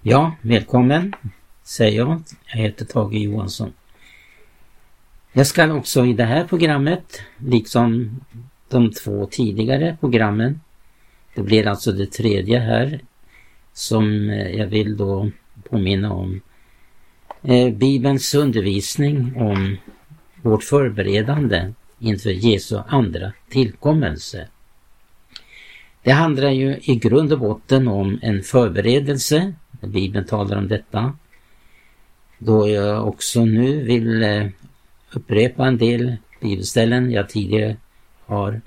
Ja, välkommen, säger jag. Jag heter Tage Johansson. Jag ska också i det här programmet, liksom de 2 tidigare programmen, det blir alltså det 3:e här, som jag vill då påminna om Bibelns undervisning om vårt förberedande inför Jesu andra tillkommelse. Det handlar ju i grund och botten om en förberedelse. Bibeln talar om detta. Då jag också nu vill upprepa en del bibelställen jag tidigare har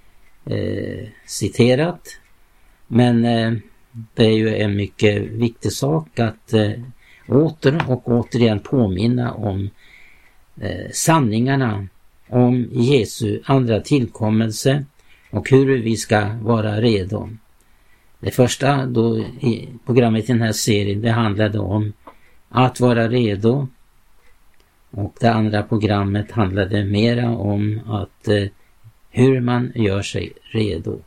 citerat. Men det är ju en mycket viktig sak att åter och återigen påminna om sanningarna om Jesu andra tillkommelse och hur vi ska vara redo. Det första då i programmet i den här serien, det handlade om att vara redo. Och det andra programmet handlade mera om att hur man gör sig redo.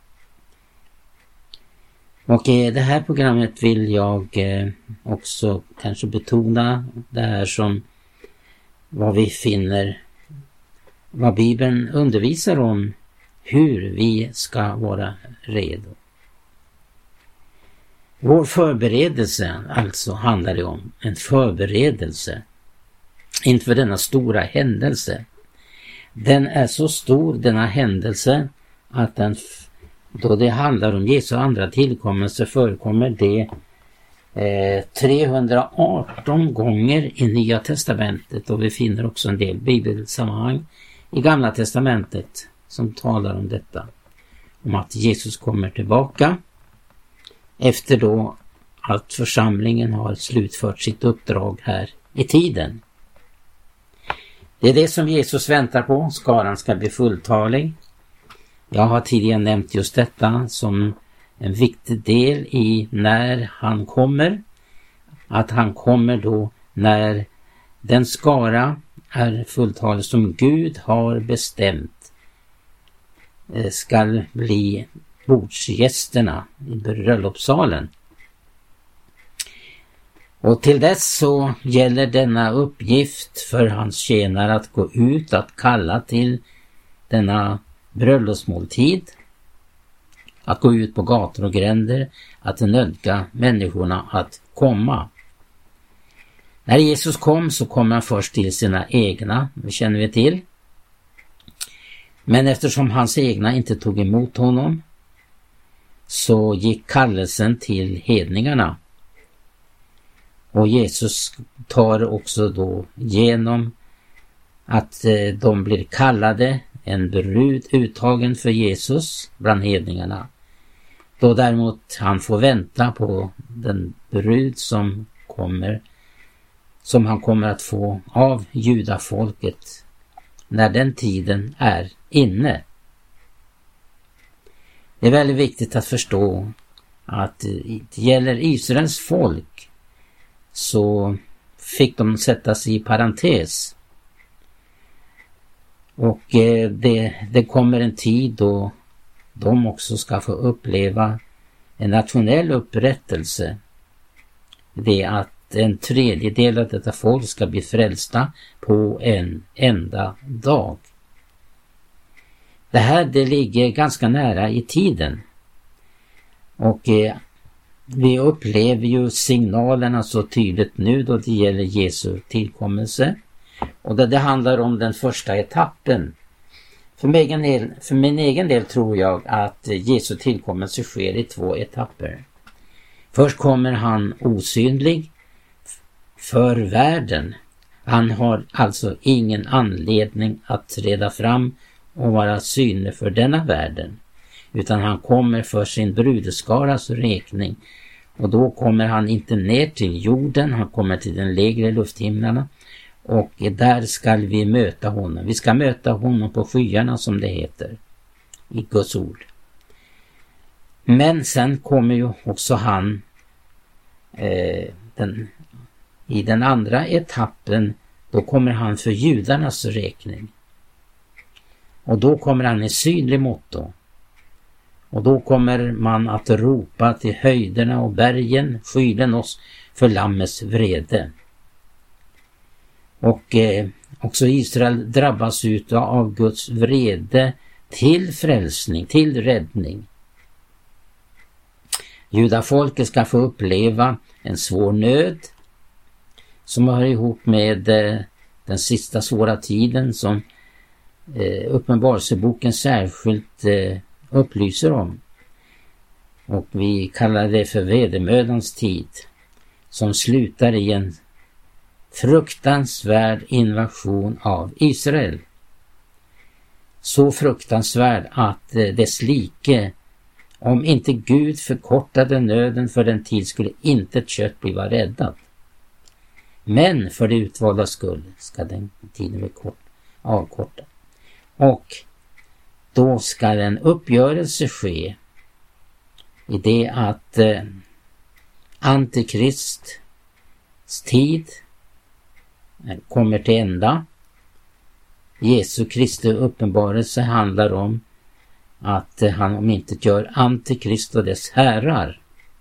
Och i det här programmet vill jag också kanske betona det här som vad vi finner, vad Bibeln undervisar om hur vi ska vara redo. Vår förberedelse alltså handlar det om en förberedelse inför denna stora händelse. Den är så stor, denna händelse, att den, då det handlar om Jesu andra tillkommelse, förekommer det 318 gånger i Nya testamentet, och vi finner också en del bibelsammanhang i Gamla testamentet som talar om detta. Om att Jesus kommer tillbaka efter då att församlingen har slutfört sitt uppdrag här i tiden. Det är det som Jesus väntar på. Skaran ska bli fulltalig. Jag har tidigare nämnt just detta som en viktig del i när han kommer. Att han kommer då när den skara är fulltalig som Gud har bestämt ska bli bordsgästerna i bröllopssalen. Och till dess så gäller denna uppgift för hans tjänare att gå ut, att kalla till denna bröllopsmåltid, att gå ut på gator och gränder, att nödga människorna att komma. När Jesus kom så kom han först till sina egna, det känner vi till. Men eftersom hans egna inte tog emot honom så gick kallelsen till hedningarna. Och Jesus tar också då genom att de blir kallade, en brud uttagen för Jesus bland hedningarna. Då däremot han får vänta på den brud som han kommer att få av judafolket när den tiden är inne. Det är väldigt viktigt att förstå att det gäller Israels folk, så fick de sättas i parentes. Och det kommer en tid då de också ska få uppleva en nationell upprättelse. Det är att en tredjedel av detta folk ska bli frälsta på en enda dag. Det här det ligger ganska nära i tiden. Och vi upplever ju signalerna så tydligt nu då det gäller Jesu tillkommelse. Och det handlar om den första etappen. För min egen del tror jag att Jesu tillkommelse sker i 2 etapper. Först kommer han osynlig för världen. Han har alltså ingen anledning att träda fram och vara synlig för denna världen. Utan han kommer för sin brudeskaras räkning. Och då kommer han inte ner till jorden, han kommer till den lägre lufthimlarna. Och där ska vi möta honom. Vi ska möta honom på skyarna, som det heter i Guds ord. Men sen kommer ju också han i den andra etappen, då kommer han för judarnas räkning. Och då kommer han i synlig måtto. Och då kommer man att ropa till höjderna och bergen, skylen oss för lammets vrede. Och också Israel drabbas av Guds vrede till frälsning, till räddning. Judafolket ska få uppleva en svår nöd som hör ihop med den sista svåra tiden som Uppenbarelseboken särskilt upplyser om. Och vi kallar det för vedermödans tid, som slutar i en fruktansvärd invasion av Israel. Så fruktansvärd att dess like, om inte Gud förkortade nöden för den tid, skulle inte ett kött bli räddat. Men för det utvalda skull ska den tiden bli avkortad. Och då ska en uppgörelse ske i det att Antikrists tid kommer till ända. Jesu Kristi uppenbarelse handlar om att han omintetgör Antikrist och dess herrar.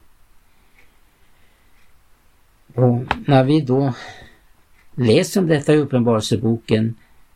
Och när vi då läser om detta i Uppenbarelseboken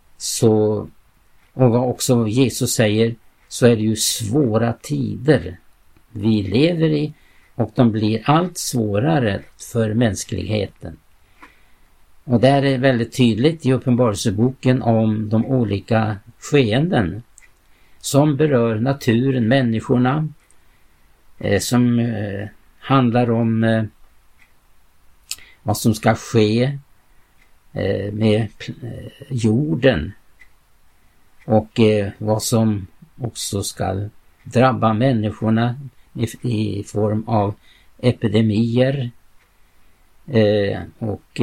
och vad också Jesus säger, så är det ju svåra tider vi lever i, och de blir allt svårare för mänskligheten. Och där är väldigt tydligt i Uppenbarelseboken om de olika skeenden som berör naturen, människorna, som handlar om vad som ska ske med jorden och vad som också ska drabba människorna i form av epidemier och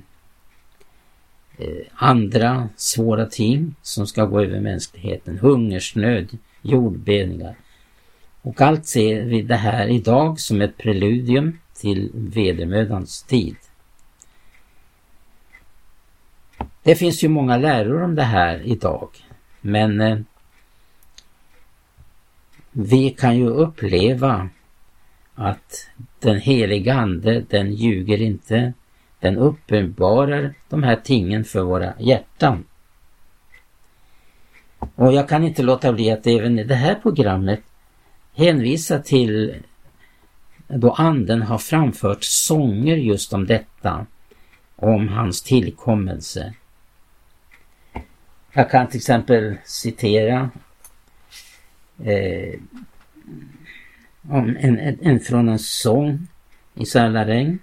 andra svåra ting som ska gå över mänskligheten, hungersnöd, jordbävningar. Och allt ser vi det här idag som ett preludium till vedermödans tid. Det finns ju många läror om det här idag, men vi kan ju uppleva att den heliga ande, den ljuger inte, den uppenbarar de här tingen för våra hjärtan. Och jag kan inte låta bli att även i det här programmet hänvisa till då anden har framfört sånger just om detta, om hans tillkommelse. Jag kan till exempel citera om en från en sång i Sälaregn.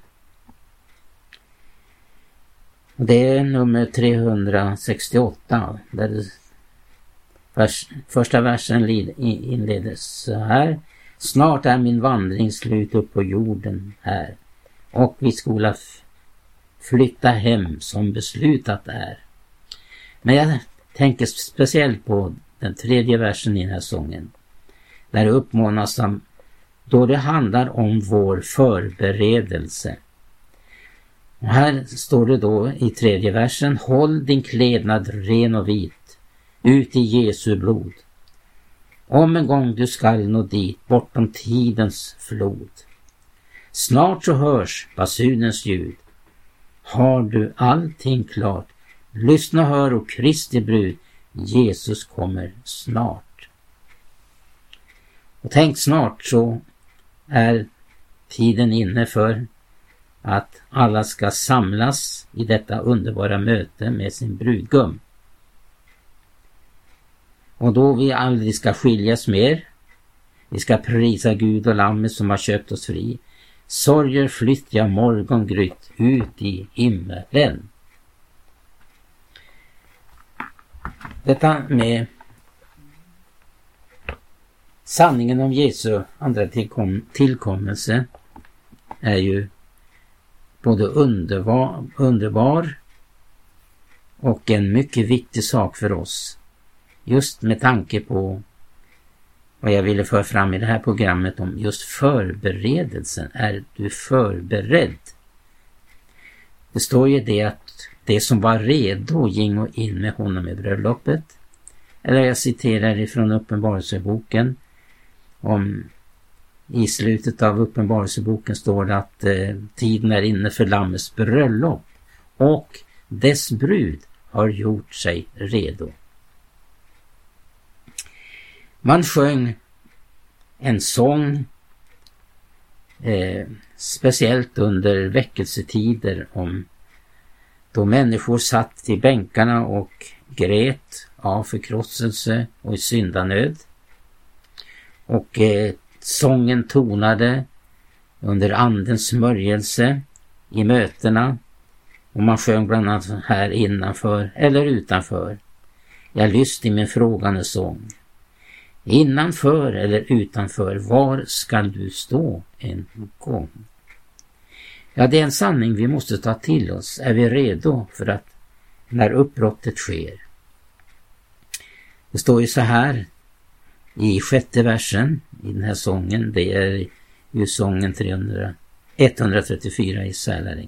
Det är nummer 368, där första versen inleds så här: snart är min vandring slut upp på jorden här, och vi skola flytta hem som beslutat är. Men jag tänker speciellt på den tredje versen i den här sången, där det uppmanas om, då det handlar om vår förberedelse. Och här står det då i tredje versen: håll din klädnad ren och vit, ut i Jesu blod. Om en gång du skall nå dit, bortom tidens flod. Snart så hörs basunens ljud. Har du allting klart? Lyssna och hör, och Kristi brud, Jesus kommer snart. Och tänk, snart så är tiden inne för att alla ska samlas i detta underbara möte med sin brudgum. Och då vi aldrig ska skiljas mer, vi ska prisa Gud och lammet som har köpt oss fri. Sorger flytt jag morgongrytt ut i himmelen. Detta med sanningen om Jesu andra tillkommelse är ju både underbar och en mycket viktig sak för oss. Just med tanke på vad jag ville föra fram i det här programmet om just förberedelsen. Är du förberedd? Det står ju det att det som var redo gingo in med honom i bröllopet. Eller jag citerar ifrån Uppenbarelseboken. I slutet av Uppenbarelseboken står det att tiden är inne för Lammets bröllop och dess brud har gjort sig redo. Man sjöng en sång speciellt under väckelsetider då människor satt i bänkarna och grät av förkrosselse och i syndanöd. Och sången tonade under andens smörjelse i mötena, och man sjöng bland annat här innanför eller utanför. Jag lyste i min frågande sång. Innanför eller utanför, var skall du stå en gång? Ja, det är en sanning vi måste ta till oss. Är vi redo för att när uppbrottet sker? Det står ju så här i 6:e versen i den här sången. Det är ju sången 134 i Sälaring.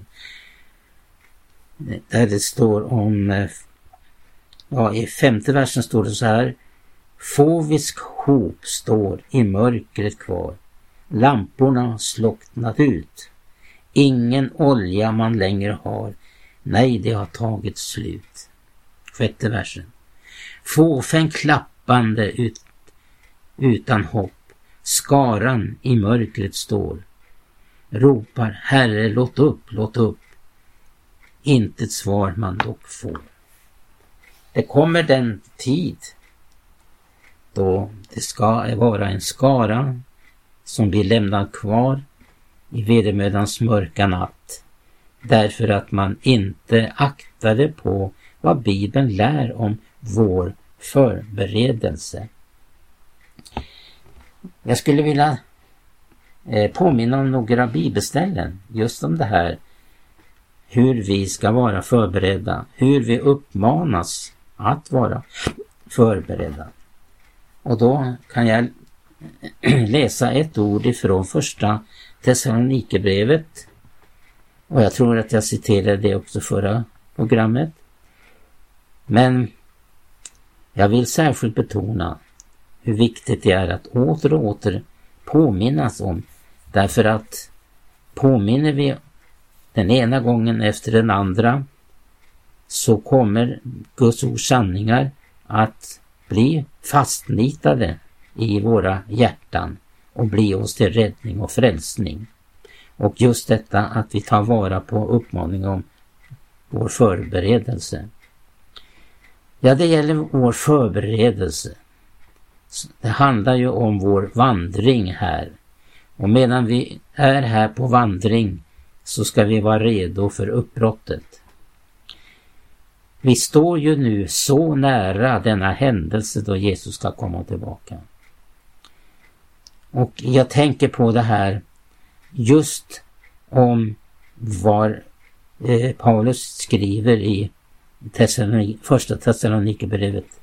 Där det står om, i 5:e versen står det så här: fåvisk hop står i mörkret kvar, lamporna slocknat ut, ingen olja man längre har, nej det har tagit slut. 6:e versen. Fåfäng klappande utan hopp, skaran i mörkret står, ropar Herre låt upp, intet svar man dock får. Det kommer den tid då det ska vara en skara som blir lämnad kvar i vedermödans mörka natt, därför att man inte aktade på vad Bibeln lär om vår förberedelse. Jag skulle vilja påminna om några bibelställen just om det här, hur vi ska vara förberedda, hur vi uppmanas att vara förberedda. Och då kan jag läsa ett ord ifrån första Thessalonikerbrevet, och jag tror att jag citerade det också förra programmet. Men jag vill särskilt betona hur viktigt det är att åter och åter påminnas om, därför att påminner vi den ena gången efter den andra, så kommer Guds ords sanningar att bli fastnitade i våra hjärtan och bli oss till räddning och frälsning. Och just detta att vi tar vara på uppmaningen om vår förberedelse. Ja, det gäller vår förberedelse. Det handlar ju om vår vandring här. Och medan vi är här på vandring så ska vi vara redo för uppbrottet. Vi står ju nu så nära denna händelse då Jesus ska komma tillbaka. Och jag tänker på det här just om vad Paulus skriver i första Thessalonikerbrevet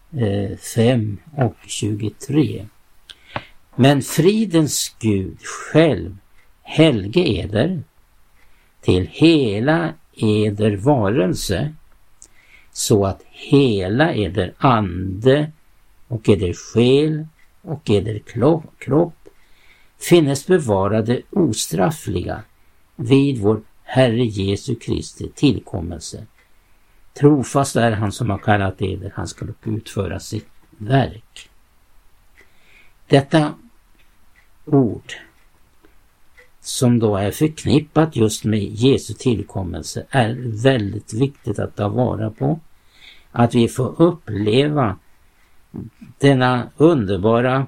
5:23. Men fridens Gud själv helge eder till hela eder varelse, så att hela eder ande och eder själ och eder kropp finnes bevarade ostraffliga vid vår Herre Jesu Kristi tillkommelse. Trofast är han som har kallat eder, han ska dock utföra sitt verk. Detta ord som då är förknippat just med Jesu tillkommelse är väldigt viktigt att ta vara på. Att vi får uppleva denna underbara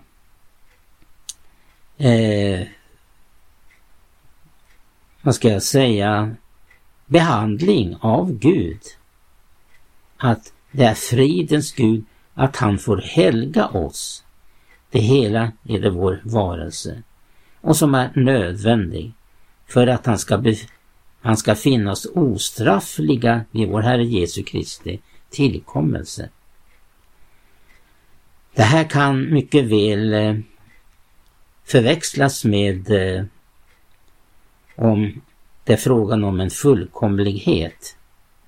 behandling av Gud. Att det är fridens Gud, att han får helga oss. Det hela är det vår varelse. Och som är nödvändig för att han ska finnas ostraffliga vid vår Herre Jesu Kristi tillkommelse. Det här kan mycket väl förväxlas med om det är frågan om en fullkomlighet.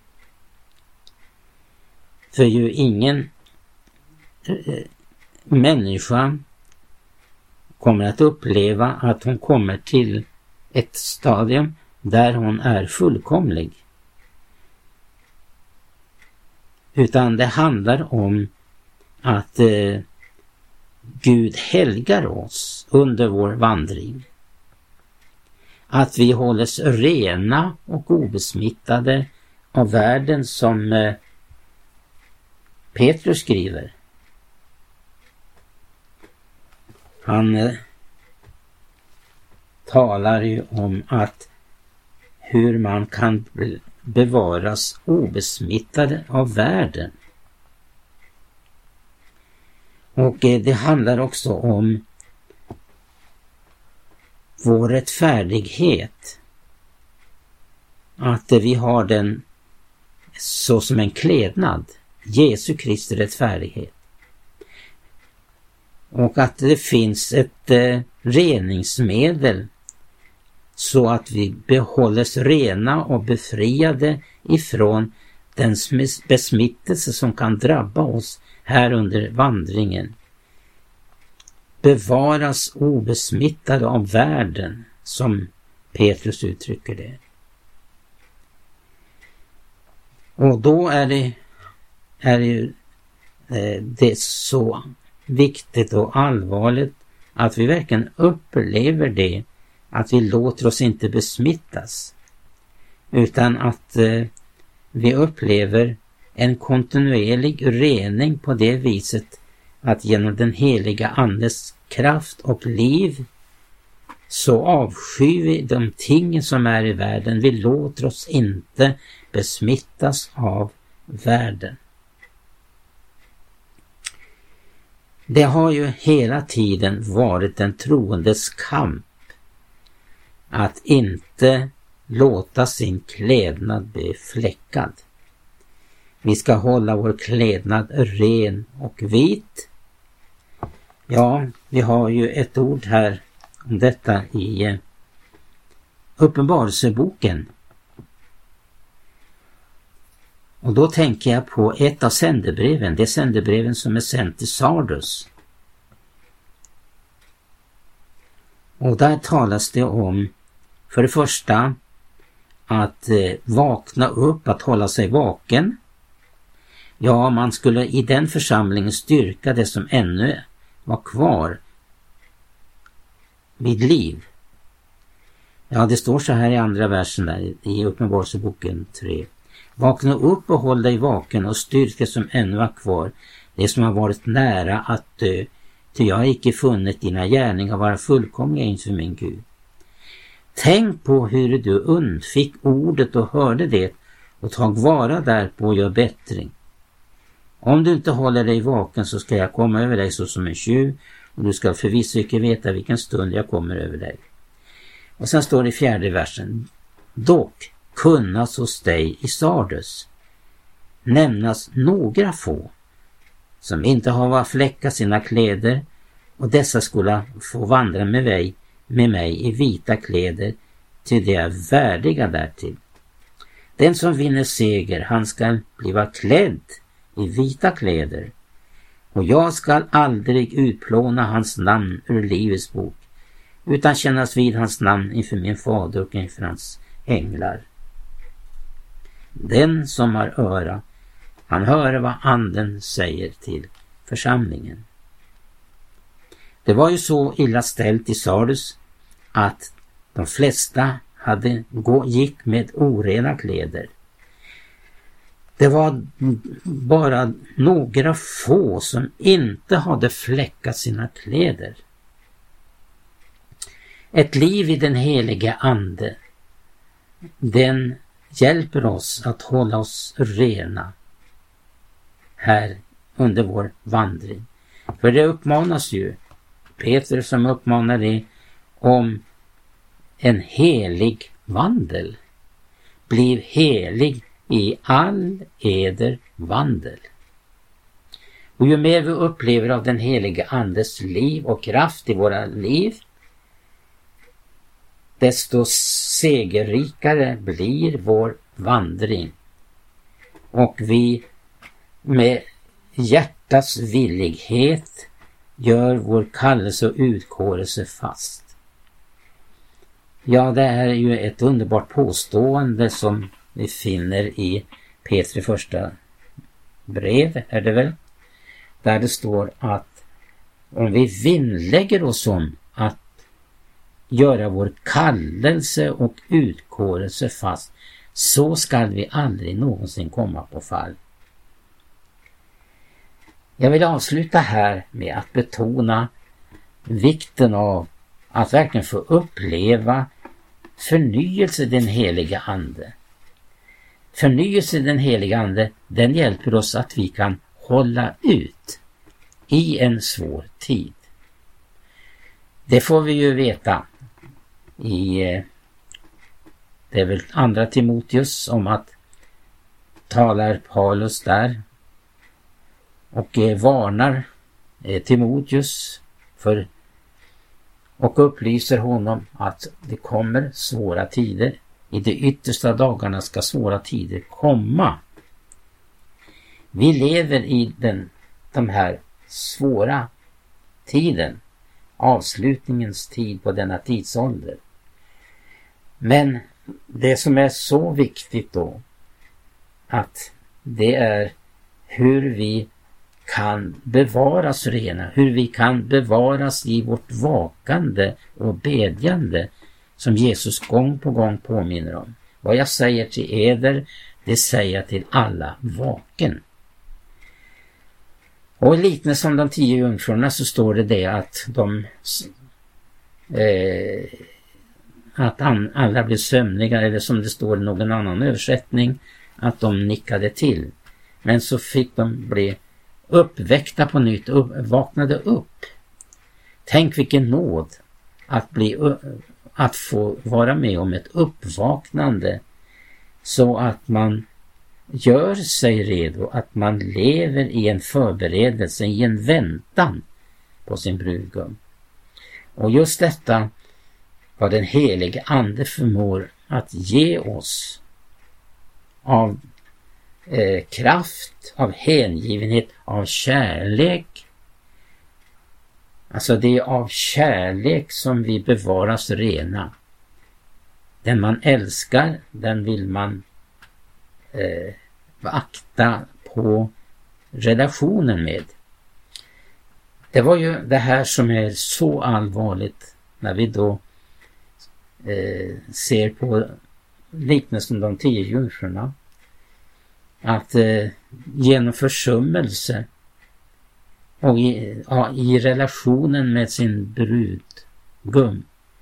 För ju ingen människa kommer att uppleva att hon kommer till ett stadium där hon är fullkomlig. Utan det handlar om att Gud helgar oss under vår vandring. Att vi hålls rena och obesmittade av världen, som Petrus skriver. Han talar ju om att hur man kan bevaras obesmittade av världen. Och det handlar också om vår rättfärdighet. Att vi har den så som en klädnad. Jesu Kristi rättfärdighet. Och att det finns ett reningsmedel så att vi behålles rena och befriade ifrån den besmittelse som kan drabba oss här under vandringen. Bevaras obesmittade av världen, som Petrus uttrycker det. Och då är det så viktigt och allvarligt att vi verkligen upplever det, att vi låter oss inte besmittas, utan att vi upplever en kontinuerlig rening på det viset att genom den heliga Andes kraft och liv så avskyr vi de ting som är i världen. Vi låter oss inte besmittas av världen. Det har ju hela tiden varit en troendes kamp att inte låta sin klädnad bli fläckad. Vi ska hålla vår klädnad ren och vit. Ja, vi har ju ett ord här om detta i Uppenbarelseboken. Och då tänker jag på ett av sändebreven, det sändebreven som är sänt till Sardus. Och där talas det om, för det första, att vakna upp, att hålla sig vaken. Ja, man skulle i den församlingen styrka det som ännu var kvar vid liv. Ja, det står så här i andra versen där i Uppenbarelseboken 3. Vakna upp och håll dig vaken och styrka som ännu är kvar, det som har varit nära att dö, ty jag har icke funnit dina gärningar vara fullkomliga inför min Gud. Tänk på hur du undfick ordet och hörde det, och tag vara därpå och gör bättring. Om du inte håller dig vaken så ska jag komma över dig så som en tjuv, och du ska förvisso icke veta vilken stund jag kommer över dig. Och sen står det i 4:e versen. Dock kunnas hos dig i Sardus nämnas några få som inte har fläckat sina kläder, och dessa skulle få vandra med mig i vita kläder, till de är värdiga därtill. Den som vinner seger, han ska bliva klädd i vita kläder, och jag ska aldrig utplåna hans namn ur livets bok, utan kännas vid hans namn inför min fader och inför hans änglar. Den som har öra, han hör vad anden säger till församlingen. Det var ju så illa ställt i Sardus att de flesta gick med orena kläder. Det var bara några få som inte hade fläckat sina kläder. Ett liv i den heliga ande, den hjälper oss att hålla oss rena här under vår vandring. För det uppmanas ju, Petrus som uppmanar det, om en helig vandel. Bliv helig i all eder vandel. Och ju mer vi upplever av den heliga andes liv och kraft i våra liv, desto segerrikare blir vår vandring. Och vi med hjärtats villighet gör vår kallelse och utkårelse fast. Ja, det är ju ett underbart påstående som vi finner i Petri första brev, är det väl? Där det står att om vi vinnlägger oss om att göra vår kallelse och utkårelse fast, så skall vi aldrig någonsin komma på fall. Jag vill avsluta här med att betona vikten av att verkligen få uppleva förnyelse i den heliga ande. Förnyelse i den heliga ande, den hjälper oss att vi kan hålla ut i en svår tid. Det får vi ju veta i det är väl andra Timoteus om att talar Paulus där och varnar Timoteus för och upplyser honom att det kommer svåra tider. I de yttersta dagarna ska svåra tider komma. Vi lever i de här svåra tiden, avslutningens tid på denna tidsålder. Men det som är så viktigt då, att det är hur vi kan bevaras rena, hur vi kan bevaras i vårt vakande och bedjande som Jesus gång på gång påminner om. Vad jag säger till eder, det säger jag till alla vaken. Och i liknelse om de 10 jungfrurna så står det att alla blev sömniga, eller som det står i någon annan översättning, att de nickade till. Men så fick de bli uppväckta på nytt, vaknade upp. Tänk vilken nåd att få vara med om ett uppvaknande, så att man gör sig redo, att man lever i en förberedelse, i en väntan på sin brudgum. Och just detta vad den helige ande förmår att ge oss av kraft, av hängivenhet, av kärlek. Alltså det är av kärlek som vi bevaras rena. Den man älskar, den vill man vakta på relationen med. Det var ju det här som är så allvarligt när vi då ser på liknelsen de 10 jungfrurna. Att genom försummelse och i relationen med sin brudgum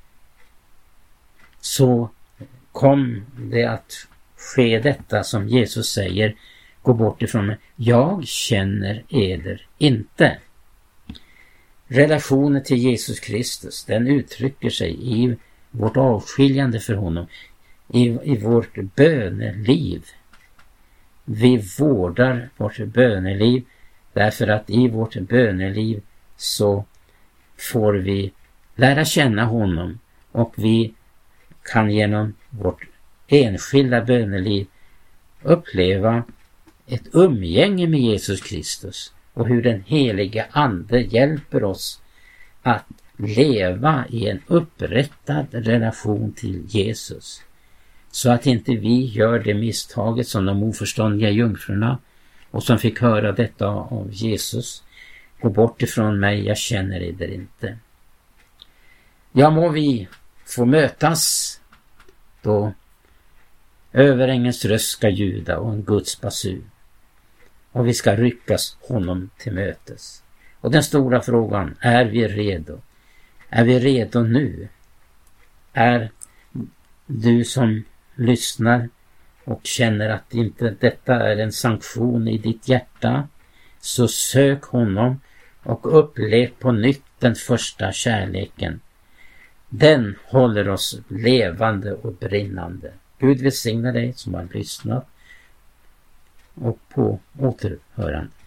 så kom det att ske detta som Jesus säger: gå bort ifrån mig, jag känner eder inte. Relationen till Jesus Kristus, den uttrycker sig i vårt avskiljande för honom, i vårt böneliv. Vi vårdar vårt böneliv därför att i vårt böneliv så får vi lära känna honom, och vi kan genom vårt enskilda böneliv uppleva ett umgänge med Jesus Kristus, och hur den helige ande hjälper oss att leva i en upprättad relation till Jesus, så att inte vi gör det misstaget som de oförståndiga jungfrurna, och som fick höra detta av Jesus: gå bort ifrån mig, jag känner er inte. Ja, må vi få mötas då överängens röst ska ljuda och en Guds basun, och vi ska ryckas honom till mötes. Och den stora frågan, är vi redo? Är vi redo nu? Är du som lyssnar och känner att inte detta är en sanktion i ditt hjärta, så sök honom och upplev på nytt den första kärleken. Den håller oss levande och brinnande. Gud välsigne dig som har lyssnat, och på återhörande.